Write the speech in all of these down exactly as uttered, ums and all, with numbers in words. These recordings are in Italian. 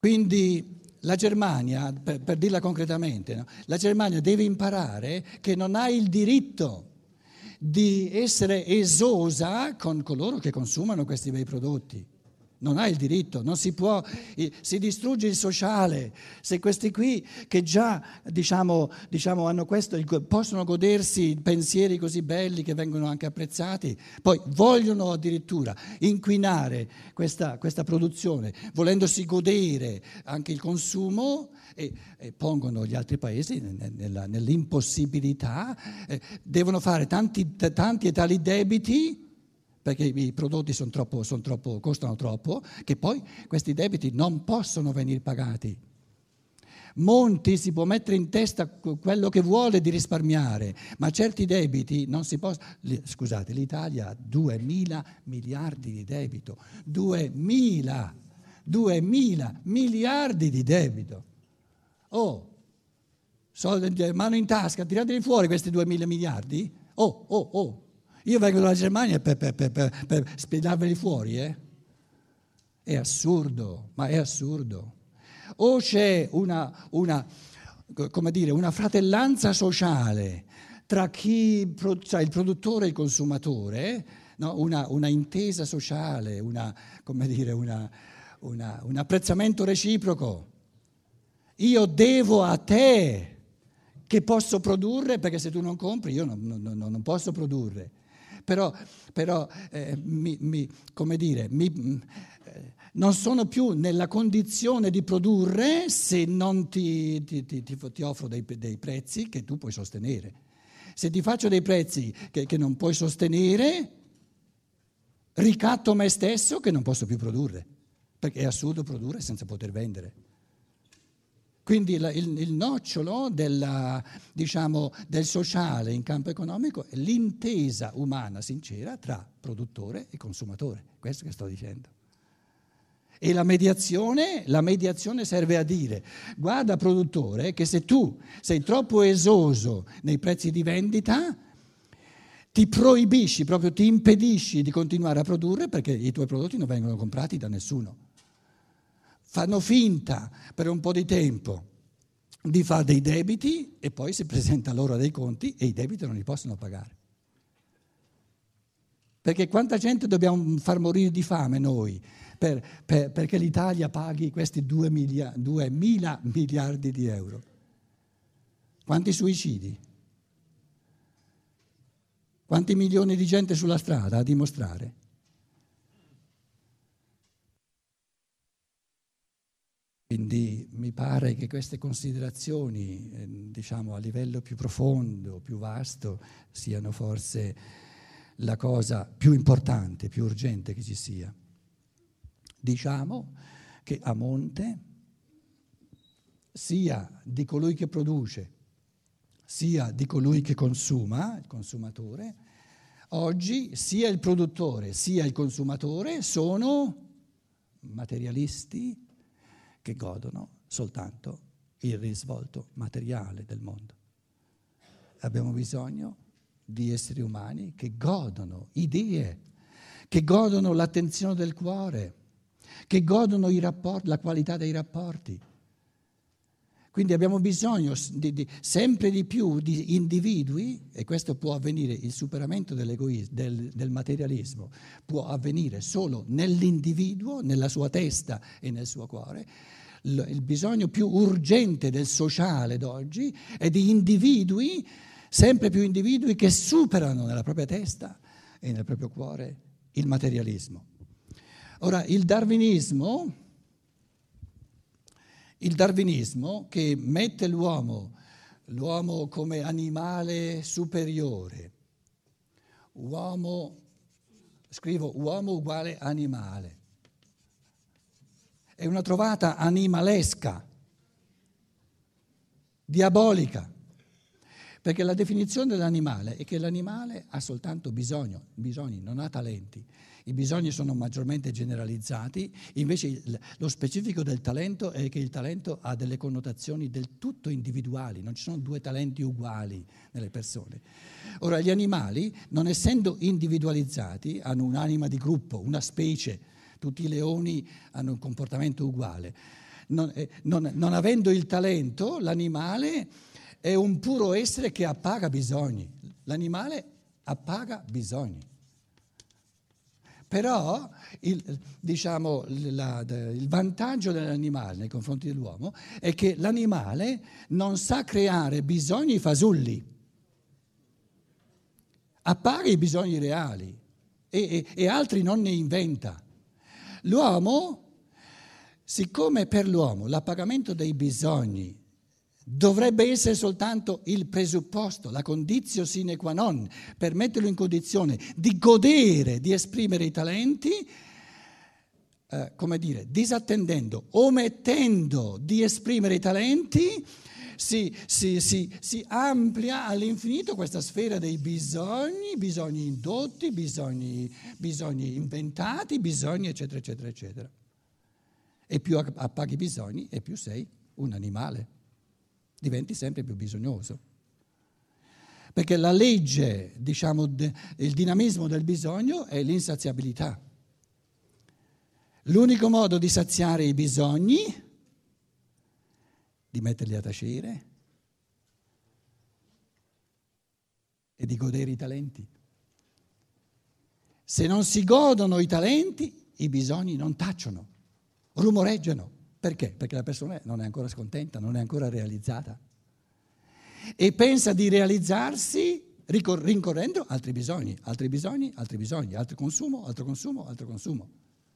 Quindi la Germania, per, per dirla concretamente, no? La Germania deve imparare che non ha il diritto di essere esosa con coloro che consumano questi bei prodotti. Non ha il diritto, non si può, si distrugge il sociale. Se questi qui che già diciamo, diciamo hanno questo, possono godersi pensieri così belli che vengono anche apprezzati, poi vogliono addirittura inquinare questa, questa produzione, volendosi godere anche il consumo e, e pongono gli altri paesi nella, nell'impossibilità, eh, devono fare tanti, tanti e tali debiti, perché i prodotti sono troppo, sono troppo, costano troppo, che poi questi debiti non possono venire pagati. Monti si può mettere in testa quello che vuole di risparmiare, ma certi debiti non si possono. Scusate, l'Italia ha duemila miliardi di debito, duemila, duemila miliardi di debito. Oh, soldi, mano in tasca, tirateli fuori questi duemila miliardi. Oh, oh, oh. Io vengo dalla Germania per, per, per, per, per spiegarveli fuori, eh? È assurdo, ma è assurdo. O c'è una, una, come dire, una fratellanza sociale tra chi, cioè il produttore e il consumatore, no? una, una intesa sociale, una, come dire, una, una, un apprezzamento reciproco. Io devo a te che posso produrre, perché se tu non compri io non, non, non posso produrre. Però, però eh, mi, mi, come dire, mi, eh, non sono più nella condizione di produrre se non ti, ti, ti, ti offro dei, dei prezzi che tu puoi sostenere. Se ti faccio dei prezzi che, che non puoi sostenere, ricatto me stesso che non posso più produrre, perché è assurdo produrre senza poter vendere. Quindi il, il, il nocciolo della, diciamo, del sociale in campo economico è l'intesa umana sincera tra produttore e consumatore, questo che sto dicendo. E la mediazione, la mediazione serve a dire, guarda produttore, che se tu sei troppo esoso nei prezzi di vendita, ti proibisci, proprio ti impedisci di continuare a produrre perché i tuoi prodotti non vengono comprati da nessuno. Fanno finta per un po' di tempo di fare dei debiti e poi si presenta loro dei conti e i debiti non li possono pagare. Perché quanta gente dobbiamo far morire di fame noi per, per, perché l'Italia paghi questi due milia, duemila miliardi di euro? Quanti suicidi? Quanti milioni di gente sulla strada a dimostrare? Quindi mi pare che queste considerazioni, eh, diciamo a livello più profondo, più vasto, siano forse la cosa più importante, più urgente che ci sia. Diciamo che a monte, sia di colui che produce, sia di colui che consuma, il consumatore, oggi sia il produttore sia il consumatore sono materialisti che godono soltanto il risvolto materiale del mondo. Abbiamo bisogno di esseri umani che godono idee, che godono l'attenzione del cuore, che godono i rapporti, la qualità dei rapporti. Quindi abbiamo bisogno di, di, sempre di più di individui, e questo può avvenire, il superamento dell'egoismo, del, del materialismo, può avvenire solo nell'individuo, nella sua testa e nel suo cuore. Il, il bisogno più urgente del sociale d'oggi è di individui, sempre più individui che superano nella propria testa e nel proprio cuore il materialismo. Ora, il darwinismo... Il darwinismo che mette l'uomo, l'uomo come animale superiore, uomo, scrivo uomo uguale animale, è una trovata animalesca, diabolica, perché la definizione dell'animale è che l'animale ha soltanto bisogno, bisogni, non ha talenti. I bisogni sono maggiormente generalizzati, invece lo specifico del talento è che il talento ha delle connotazioni del tutto individuali, non ci sono due talenti uguali nelle persone. Ora, gli animali, non essendo individualizzati, hanno un'anima di gruppo, una specie, tutti i leoni hanno un comportamento uguale. non, eh, non, non avendo il talento, l'animale è un puro essere che appaga bisogni. L'animale appaga bisogni. Però il, diciamo, la, il vantaggio dell'animale nei confronti dell'uomo è che l'animale non sa creare bisogni fasulli, appaga i bisogni reali e, e, e altri non ne inventa. L'uomo, siccome per l'uomo l'appagamento dei bisogni dovrebbe essere soltanto il presupposto, la conditio sine qua non, per metterlo in condizione di godere, di esprimere i talenti, eh, come dire, disattendendo, omettendo di esprimere i talenti, si, si, si, si amplia all'infinito questa sfera dei bisogni, bisogni indotti, bisogni, bisogni inventati, bisogni eccetera, eccetera, eccetera. E più appaghi i bisogni e più sei un animale. Diventi sempre più bisognoso. Perché la legge, diciamo, de, il dinamismo del bisogno è l'insaziabilità. L'unico modo di saziare i bisogni, di metterli a tacere e di godere i talenti. Se non si godono i talenti, i bisogni non tacciono, rumoreggiano. Perché? Perché la persona non è ancora scontenta, non è ancora realizzata e pensa di realizzarsi rincorrendo altri bisogni, altri bisogni, altri bisogni, altro consumo, altro consumo, altro consumo.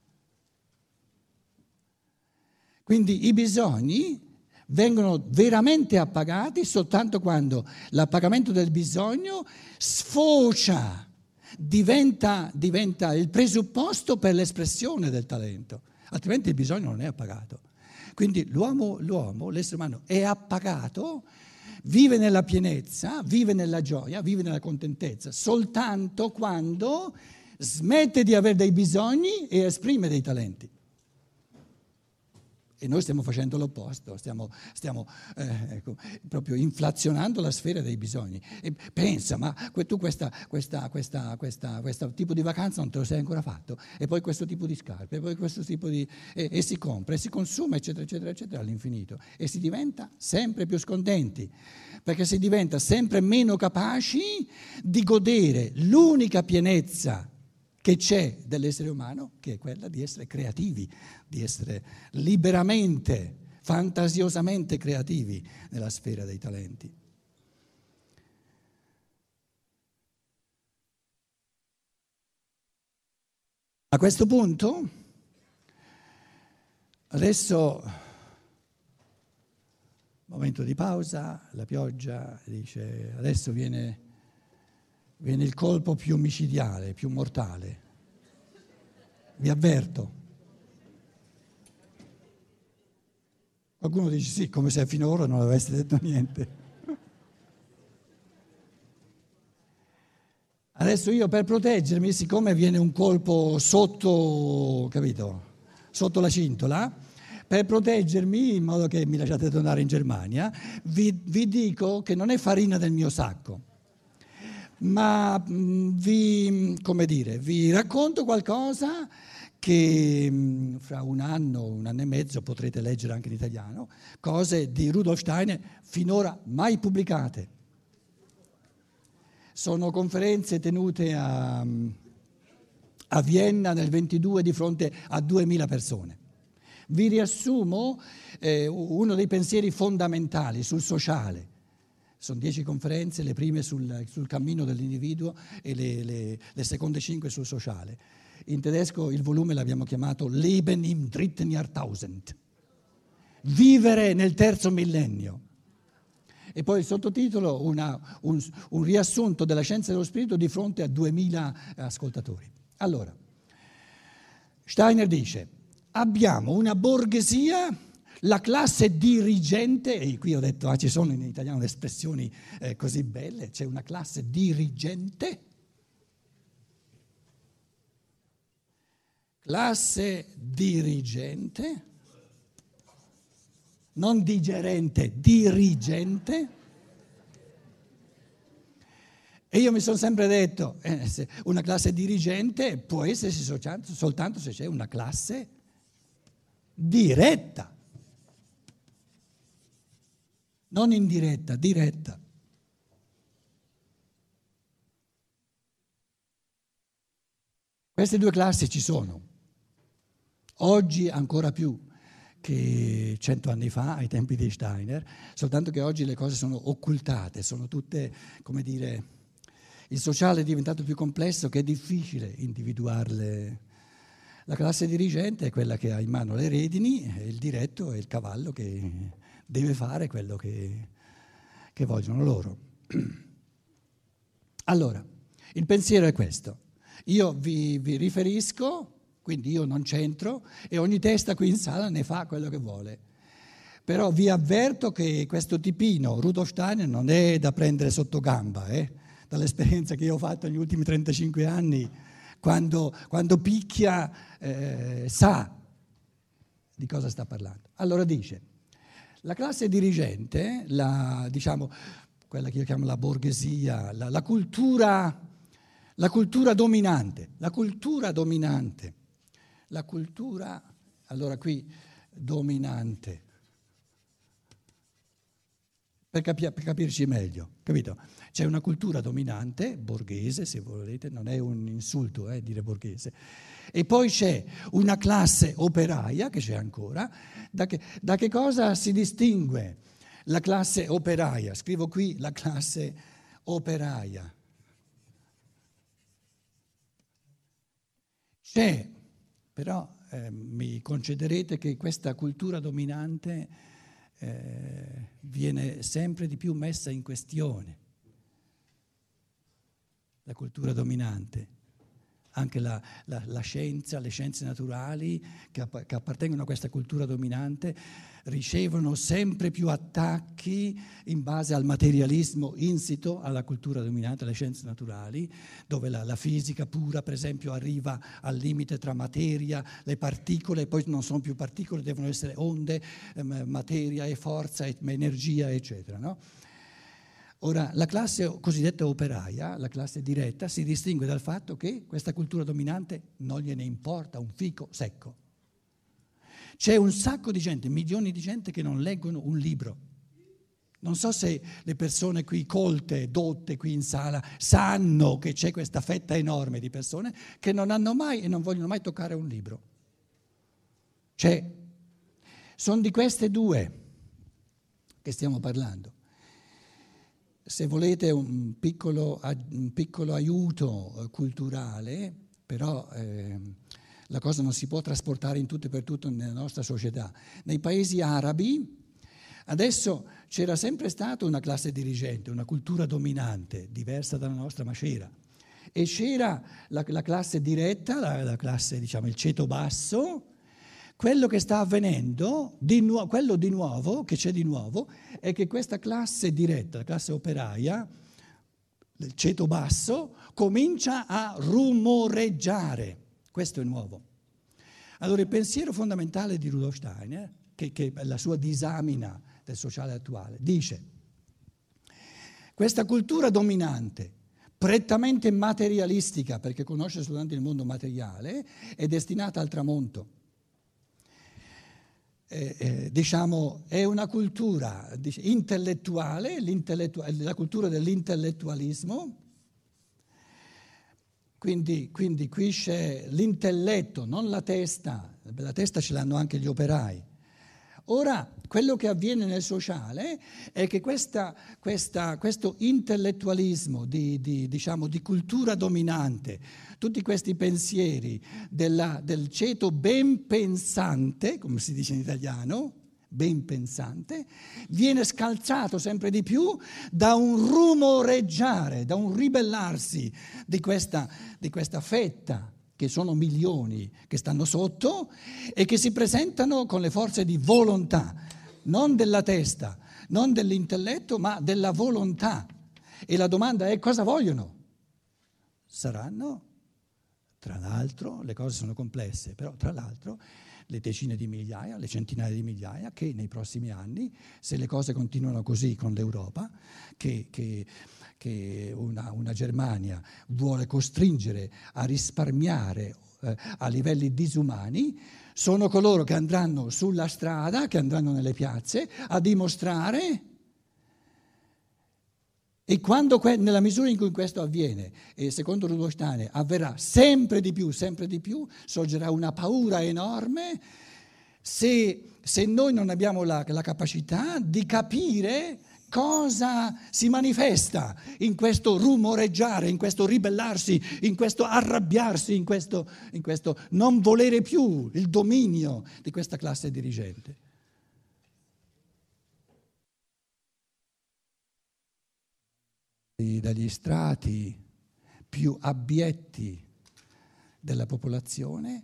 Quindi i bisogni vengono veramente appagati soltanto quando l'appagamento del bisogno sfocia, diventa, diventa il presupposto per l'espressione del talento, altrimenti il bisogno non è appagato. Quindi l'uomo, l'uomo, l'essere umano è appagato, vive nella pienezza, vive nella gioia, vive nella contentezza, soltanto quando smette di avere dei bisogni e esprime dei talenti. E noi stiamo facendo l'opposto, stiamo, stiamo eh, ecco, proprio inflazionando la sfera dei bisogni. E pensa, ma tu questa, questa, questa, questa, questo tipo di vacanza non te lo sei ancora fatto, e poi questo tipo di scarpe, e poi questo tipo di... E, e si compra, e si consuma, eccetera, eccetera, eccetera, all'infinito. E si diventa sempre più scontenti, perché si diventa sempre meno capaci di godere l'unica pienezza che c'è dell'essere umano, che è quella di essere creativi, di essere liberamente, fantasiosamente creativi nella sfera dei talenti. A questo punto, adesso, momento di pausa, la pioggia dice, adesso viene... Viene il colpo più micidiale, più mortale. Vi avverto. Qualcuno dice sì, come se finora non aveste detto niente. Adesso io per proteggermi, siccome viene un colpo sotto, capito, sotto la cintola, per proteggermi, in modo che mi lasciate tornare in Germania, vi, vi dico che non è farina del mio sacco. Ma vi, come dire, vi racconto qualcosa che fra un anno, un anno e mezzo potrete leggere anche in italiano, cose di Rudolf Steiner finora mai pubblicate. Sono conferenze tenute a, a Vienna nel ventidue di fronte a duemila persone. Vi riassumo eh, uno dei pensieri fondamentali sul sociale. Sono dieci conferenze, le prime sul, sul cammino dell'individuo e le, le, le seconde cinque sul sociale. In tedesco il volume l'abbiamo chiamato Leben im dritten Jahrtausend, vivere nel terzo millennio. E poi il sottotitolo, una, un, un riassunto della scienza dello spirito di fronte a duemila ascoltatori. Allora, Steiner dice, abbiamo una borghesia... La classe dirigente, e qui ho detto, ah, ci sono in italiano le espressioni eh, così belle, c'è una classe dirigente, classe dirigente, non digerente, dirigente, e io mi sono sempre detto, eh, se una classe dirigente può esserci soltanto se c'è una classe diretta. non indiretta, diretta. Queste due classi ci sono, oggi ancora più che cento anni fa, ai tempi di Steiner, soltanto che oggi le cose sono occultate, sono tutte, come dire, il sociale è diventato più complesso che è difficile individuarle. La classe dirigente è quella che ha in mano le redini e il diretto è il cavallo che deve fare quello che, che vogliono loro. Allora, il pensiero è questo. Io vi, vi riferisco, quindi io non c'entro e ogni testa qui in sala ne fa quello che vuole. Però vi avverto che questo tipino, Rudolf Steiner, non è da prendere sotto gamba, eh? Dall'esperienza che io ho fatto negli ultimi trentacinque anni, quando, quando picchia eh, sa di cosa sta parlando. Allora dice, la classe dirigente, la, diciamo, quella che io chiamo la borghesia, la, la cultura... La cultura dominante, la cultura dominante, la cultura, allora qui, dominante, per, capi- per capirci meglio, capito? C'è una cultura dominante, borghese se volete, non è un insulto eh, dire borghese, e poi c'è una classe operaia, che c'è ancora, da che, da che cosa si distingue la classe operaia? Scrivo qui la classe operaia. C'è, però eh, mi concederete che questa cultura dominante eh, viene sempre di più messa in questione. La cultura dominante, anche la, la, la scienza, le scienze naturali che, app- che appartengono a questa cultura dominante ricevono sempre più attacchi in base al materialismo insito alla cultura dominante, alle scienze naturali, dove la, la fisica pura, per esempio, arriva al limite tra materia, le particole, poi non sono più particole, devono essere onde, ehm, materia e forza, e energia, eccetera, no? Ora, la classe cosiddetta operaia, la classe diretta, si distingue dal fatto che questa cultura dominante non gliene importa un fico secco. C'è un sacco di gente, milioni di gente che non leggono un libro. Non so se le persone qui colte, dotte qui in sala, sanno che c'è questa fetta enorme di persone che non hanno mai e non vogliono mai toccare un libro. C'è. Sono di queste due che stiamo parlando. Se volete un piccolo, un piccolo aiuto culturale, però eh, la cosa non si può trasportare in tutto e per tutto nella nostra società. Nei paesi arabi adesso c'era sempre stata una classe dirigente, una cultura dominante, diversa dalla nostra, ma c'era. E c'era la, la classe diretta, la, la classe, diciamo, il ceto basso. Quello che sta avvenendo, di nu- quello di nuovo, che c'è di nuovo, è che questa classe diretta, la classe operaia, il ceto basso, comincia a rumoreggiare. Questo è nuovo. Allora il pensiero fondamentale di Rudolf Steiner, che, che è la sua disamina del sociale attuale, dice: questa cultura dominante, prettamente materialistica, perché conosce soltanto il mondo materiale, è destinata al tramonto. Eh, eh, diciamo, è una cultura dic- intellettuale, l'intellettu- la cultura dell'intellettualismo, quindi, quindi qui c'è l'intelletto, non la testa, la testa ce l'hanno anche gli operai. Ora, quello che avviene nel sociale è che questa, questa, questo intellettualismo di, di, diciamo, di cultura dominante, tutti questi pensieri della, del ceto ben pensante, come si dice in italiano, ben pensante, viene scalzato sempre di più da un rumoreggiare, da un ribellarsi di questa, di questa fetta, che sono milioni che stanno sotto e che si presentano con le forze di volontà, non della testa, non dell'intelletto, ma della volontà. E la domanda è: cosa vogliono? Saranno, tra l'altro, le cose sono complesse, però tra l'altro le decine di migliaia, le centinaia di migliaia che nei prossimi anni, se le cose continuano così con l'Europa, che, che, che una, una Germania vuole costringere a risparmiare eh, a livelli disumani, sono coloro che andranno sulla strada, che andranno nelle piazze a dimostrare E quando, nella misura in cui questo avviene, e secondo Rudolf Steiner avverrà sempre di più, sempre di più, sorgerà una paura enorme se, se noi non abbiamo la, la capacità di capire cosa si manifesta in questo rumoreggiare, in questo ribellarsi, in questo arrabbiarsi, in questo, in questo non volere più il dominio di questa classe dirigente. Dagli strati più abietti della popolazione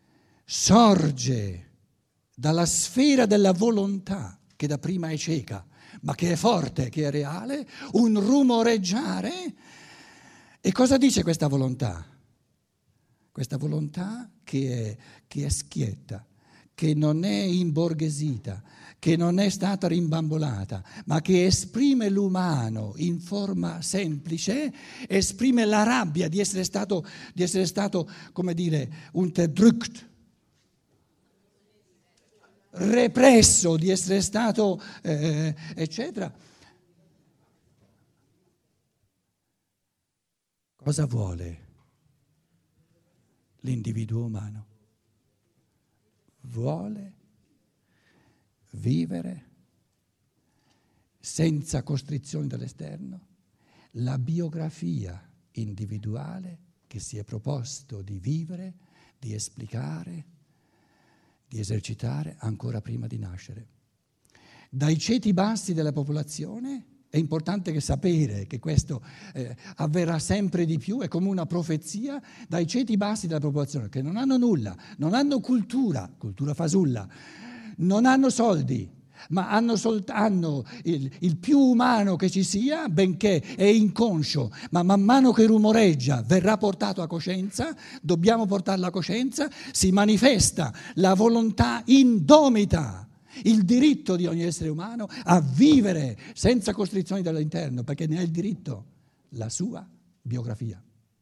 sorge dalla sfera della volontà, che da prima è cieca, ma che è forte, che è reale, un rumoreggiare. E cosa dice questa volontà? Questa volontà che è, che è schietta, che non è imborghesita, che non è stata rimbambolata, ma che esprime l'umano in forma semplice, esprime la rabbia di essere stato, di essere stato, come dire, unterdrückt, represso, di essere stato, eh, eccetera. Cosa vuole l'individuo umano? Vuole vivere senza costrizioni dall'esterno la biografia individuale che si è proposto di vivere, di esplicare, di esercitare ancora prima di nascere. Dai ceti bassi della popolazione è importante che sapere che questo eh, avverrà sempre di più, è come una profezia, dai ceti bassi della popolazione che non hanno nulla, non hanno cultura, cultura fasulla, non hanno soldi, ma hanno, solt- hanno il, il più umano che ci sia, benché è inconscio, ma man mano che rumoreggia verrà portato a coscienza, dobbiamo portarlo a coscienza, si manifesta la volontà indomita, il diritto di ogni essere umano a vivere senza costrizioni dall'interno, perché ne ha il diritto, la sua biografia.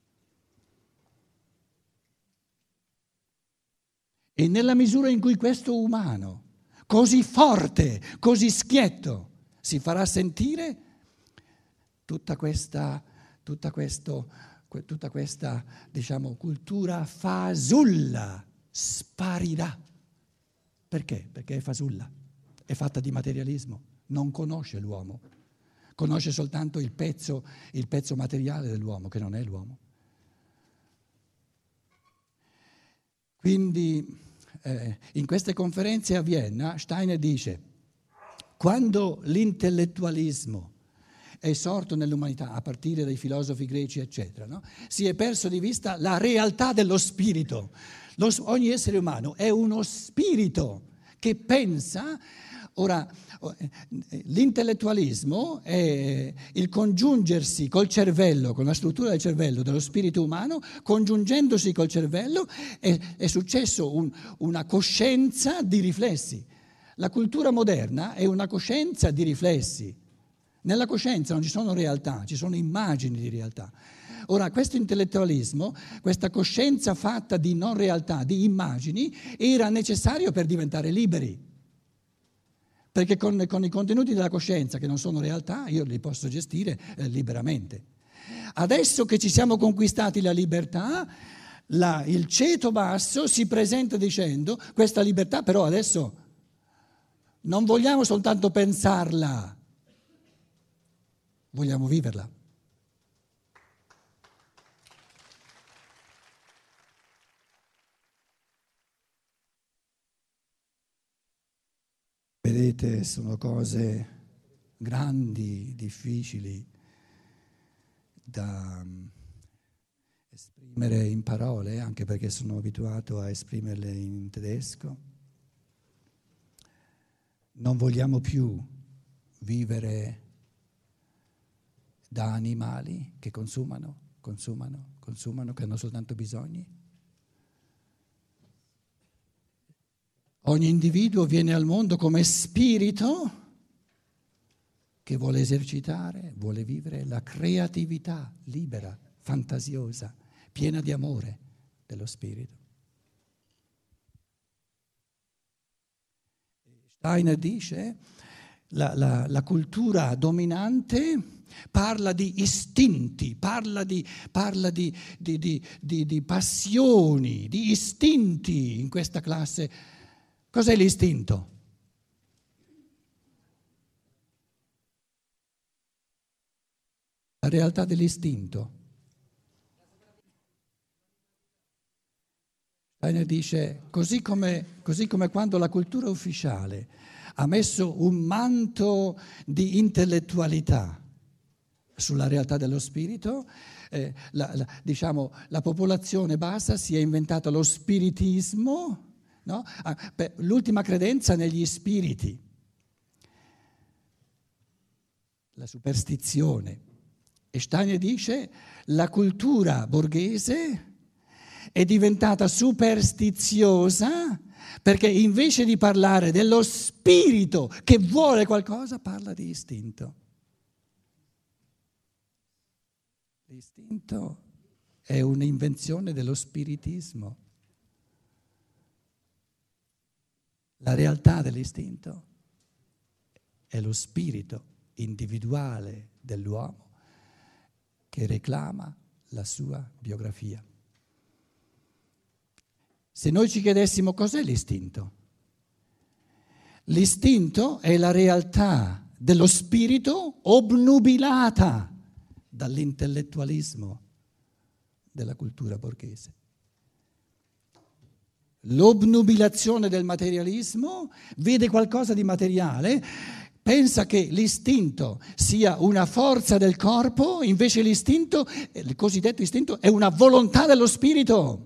E nella misura in cui questo umano, così forte, così schietto, si farà sentire, tutta questa, tutta questo, tutta questa, diciamo, cultura fasulla sparirà. Perché? Perché è fasulla, è fatta di materialismo, non conosce l'uomo, conosce soltanto il pezzo, il pezzo materiale dell'uomo, che non è l'uomo. Quindi eh, in queste conferenze a Vienna Steiner dice: quando l'intellettualismo è sorto nell'umanità, a partire dai filosofi greci, eccetera, no? Si è perso di vista la realtà dello spirito. Lo, ogni essere umano è uno spirito che pensa. Ora, l'intellettualismo è il congiungersi col cervello, con la struttura del cervello, dello spirito umano, congiungendosi col cervello è, è successo un, una coscienza di riflessi. La cultura moderna è una coscienza di riflessi. Nella coscienza non ci sono realtà, ci sono immagini di realtà. Ora, questo intellettualismo, questa coscienza fatta di non realtà, di immagini, era necessario per diventare liberi. Perché con, con i contenuti della coscienza, che non sono realtà, io li posso gestire eh, liberamente. Adesso che ci siamo conquistati la libertà, la, il ceto basso si presenta dicendo: questa libertà però adesso non vogliamo soltanto pensarla, vogliamo viverla. Vedete, sono cose grandi, difficili da esprimere in parole, anche perché sono abituato a esprimerle in tedesco. Non vogliamo più vivere da animali che consumano, consumano, consumano, che hanno soltanto bisogni. Ogni individuo viene al mondo come spirito che vuole esercitare, vuole vivere la creatività libera, fantasiosa, piena di amore dello spirito. Steiner dice: la, la, la cultura dominante parla di istinti, parla di, parla di, di, di, di, di passioni, di istinti in questa classe. Cos'è l'istinto? La realtà dell'istinto. Steiner dice, così come, così come quando la cultura ufficiale ha messo un manto di intellettualità sulla realtà dello spirito, eh, la, la, diciamo, la popolazione bassa si è inventata lo spiritismo, no? Ah, beh, l'ultima credenza negli spiriti, la superstizione. E Steiner dice, la cultura borghese è diventata superstiziosa perché invece di parlare dello spirito che vuole qualcosa, parla di istinto. L'istinto è un'invenzione dello spiritismo. La realtà dell'istinto è lo spirito individuale dell'uomo che reclama la sua biografia. Se noi ci chiedessimo cos'è l'istinto? L'istinto è la realtà dello spirito obnubilata dall'intellettualismo della cultura borghese. L'obnubilazione del materialismo vede qualcosa di materiale, pensa che l'istinto sia una forza del corpo, invece l'istinto, il cosiddetto istinto, è una volontà dello spirito.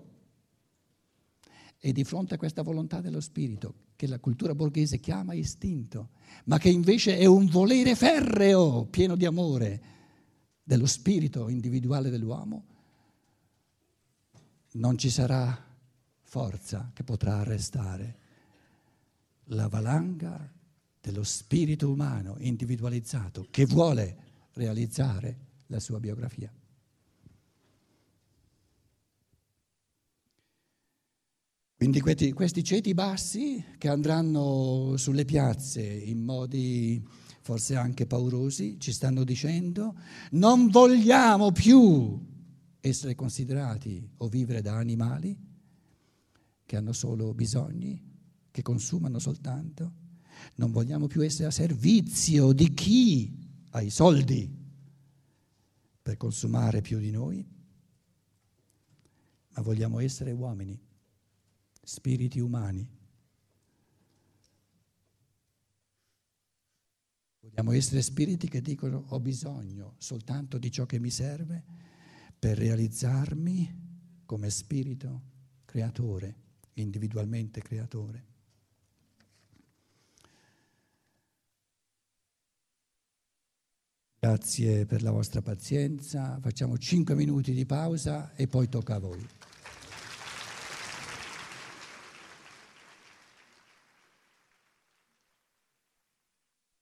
E di fronte a questa volontà dello spirito, che la cultura borghese chiama istinto, ma che invece è un volere ferreo, pieno di amore, dello spirito individuale dell'uomo, non ci sarà forza che potrà arrestare la valanga dello spirito umano individualizzato che vuole realizzare la sua biografia. Quindi questi, questi ceti bassi che andranno sulle piazze in modi forse anche paurosi ci stanno dicendo non vogliamo più essere considerati o vivere da animali che hanno solo bisogni, che consumano soltanto. Non vogliamo più essere a servizio di chi ha i soldi per consumare più di noi, ma vogliamo essere uomini, spiriti umani. Vogliamo essere spiriti che dicono ho bisogno soltanto di ciò che mi serve per realizzarmi come spirito creatore, individualmente creatore. Grazie per la vostra pazienza, facciamo cinque minuti di pausa e poi tocca a voi.